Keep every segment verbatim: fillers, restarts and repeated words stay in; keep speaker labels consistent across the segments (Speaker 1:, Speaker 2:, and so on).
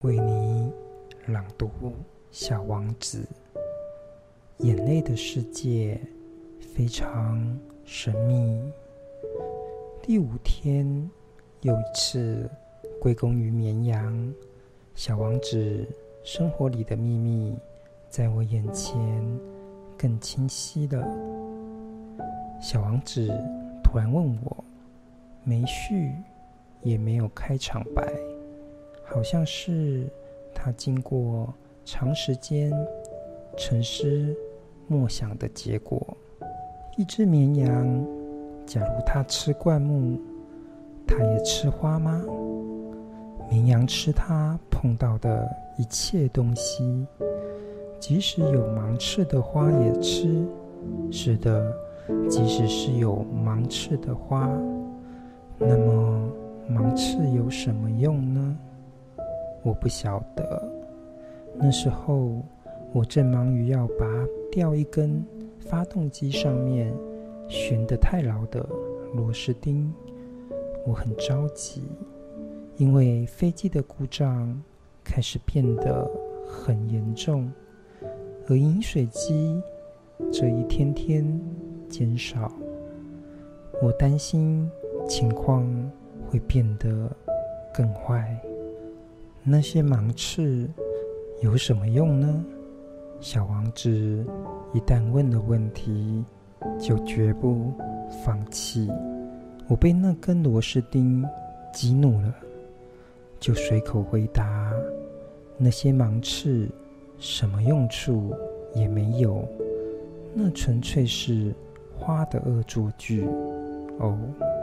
Speaker 1: 为你朗读《小王子》。眼泪的世界非常神秘。第五天，又一次归功于绵羊。小王子生活里的秘密，在我眼前更清晰了。小王子突然问我，没序，也没有开场白，好像是他经过长时间沉思默想的结果。一只绵羊，假如它吃灌木，它也吃花吗？绵羊吃它碰到的一切东西，即使有芒刺的花也吃。是的，即使是有芒刺的花，那么芒刺有什么用呢？我不晓得。那时候我正忙于要拔掉一根发动机上面悬得太牢的螺丝钉，我很着急，因为飞机的故障开始变得很严重，而饮水机这一天天减少，我担心情况会变得更坏。那些芒刺有什么用呢？小王子一旦问了问题，就绝不放弃。我被那根螺丝钉激怒了，就随口回答：那些芒刺什么用处也没有，那纯粹是花的恶作剧哦。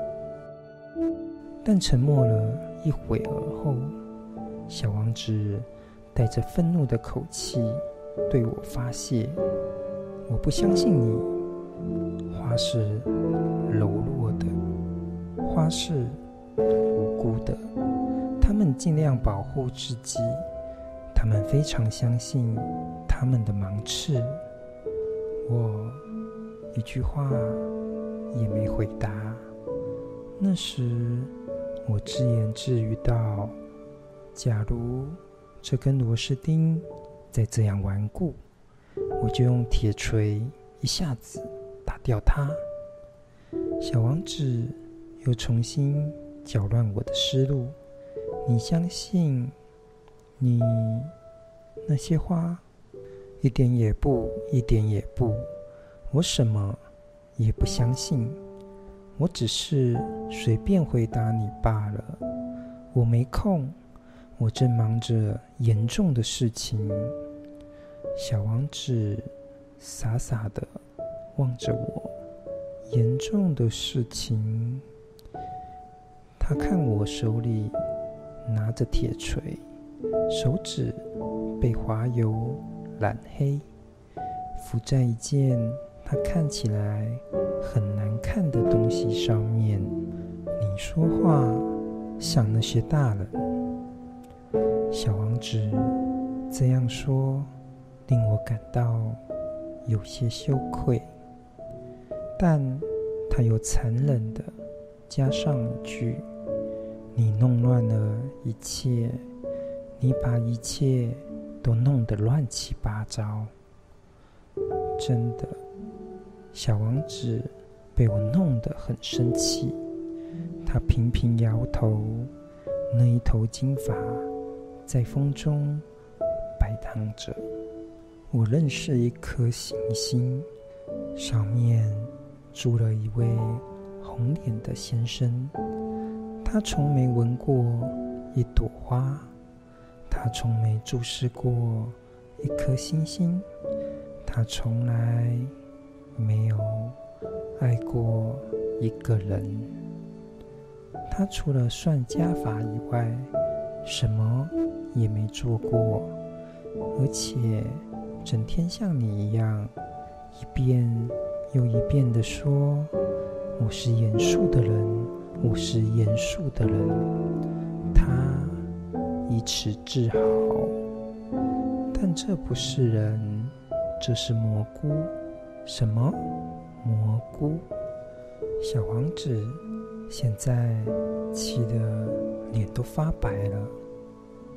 Speaker 1: 但沉默了一会儿后，小王子带着愤怒的口气对我发泄：我不相信你，花是柔弱的，花是无辜的，他们尽量保护自己，他们非常相信他们的芒刺。我一句话也没回答。那时我自言自语道：假如这根螺丝钉再这样顽固，我就用铁锤一下子打掉它。小王子又重新搅乱我的思路：你相信你那些花？一点也不，一点也不，我什么也不相信，我只是随便回答你罢了。我没空，我正忙着严重的事情。小王子傻傻地望着我，严重的事情。他看我手里拿着铁锤，手指被滑油染黑，浮在一件他看起来很难看的东西上面。你说话像那些大人。小王子这样说，令我感到有些羞愧，但他又残忍地加上一句：你弄乱了一切，你把一切都弄得乱七八糟。真的，小王子被我弄得很生气，他频频摇头，那一头金发在风中摆荡着。我认识一颗行星，上面住了一位红脸的先生，他从没闻过一朵花，他从没注视过一颗星星，他从来没有爱过一个人。他除了算加法以外，什么也没做过，而且整天像你一样，一遍又一遍地说：我是严肃的人，我是严肃的人。他以此自豪。但这不是人，这是蘑菇。什么？蘑菇？小王子现在气得脸都发白了，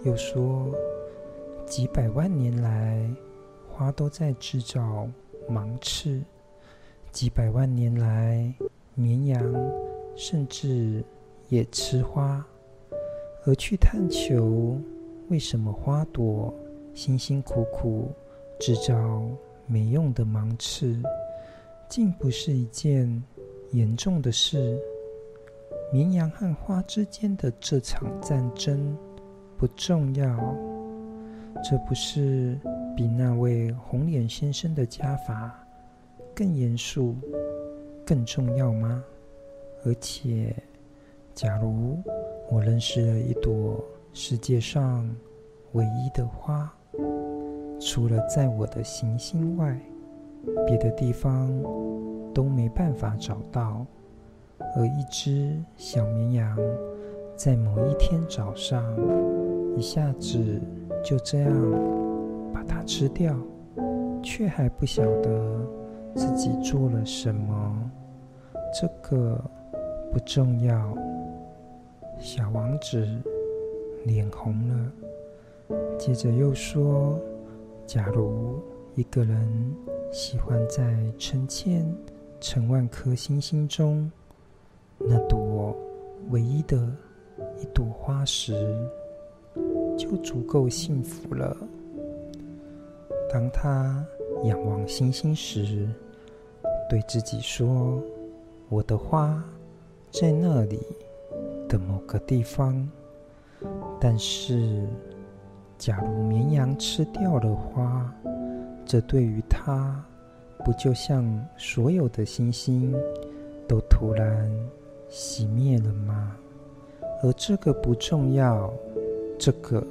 Speaker 1: 又说，几百万年来，花都在制造芒刺；几百万年来，绵羊甚至也吃花。而去探求为什么花朵辛辛苦苦制造没用的芒刺，竟不是一件严重的事。绵羊和花之间的这场战争不重要，这不是比那位红脸先生的家法更严肃、更重要吗？而且，假如我认识了一朵世界上唯一的花，除了在我的行星外，别的地方都没办法找到，而一只小绵羊在某一天早上一下子就这样把它吃掉，却还不晓得自己做了什么。这个不重要。小王子脸红了，接着又说，假如一个人喜欢在成千成万颗星星中那朵唯一的一朵花时，就足够幸福了。当他仰望星星时，对自己说，我的花在那里的某个地方。但是假如绵羊吃掉了花，这对于他不就像所有的星星都突然熄灭了吗？而这个不重要，这个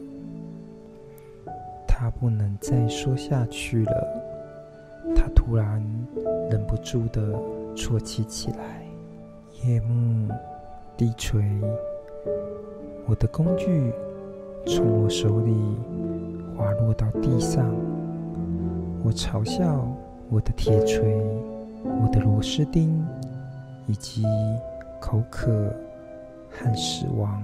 Speaker 1: 他不能再说下去了。他突然忍不住地啜泣起来。夜幕低垂，我的工具从我手里滑落到地上。我嘲笑我的铁锤、我的螺丝钉，以及口渴和死亡。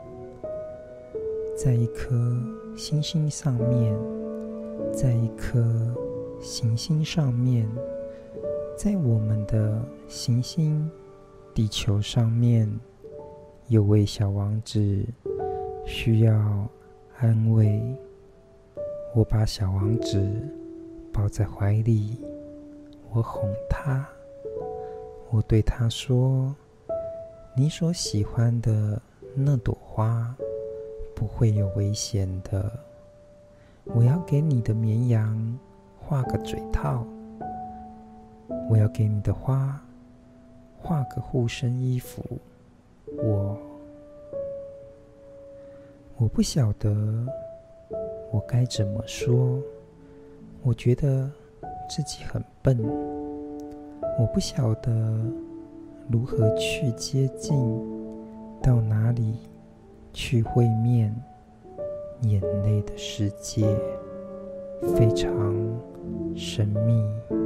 Speaker 1: 在一颗星星上面，在一颗行星上面，在我们的行星地球上面，有位小王子需要安慰。我把小王子抱在怀里，我哄他，我对他说，你所喜欢的那朵花不会有危险的。我要给你的绵羊画个嘴套，我要给你的花画个护身衣服。我我不晓得我该怎么说，我觉得自己很笨，我不晓得如何去接近，到哪里去会面眼泪的世界，非常神秘。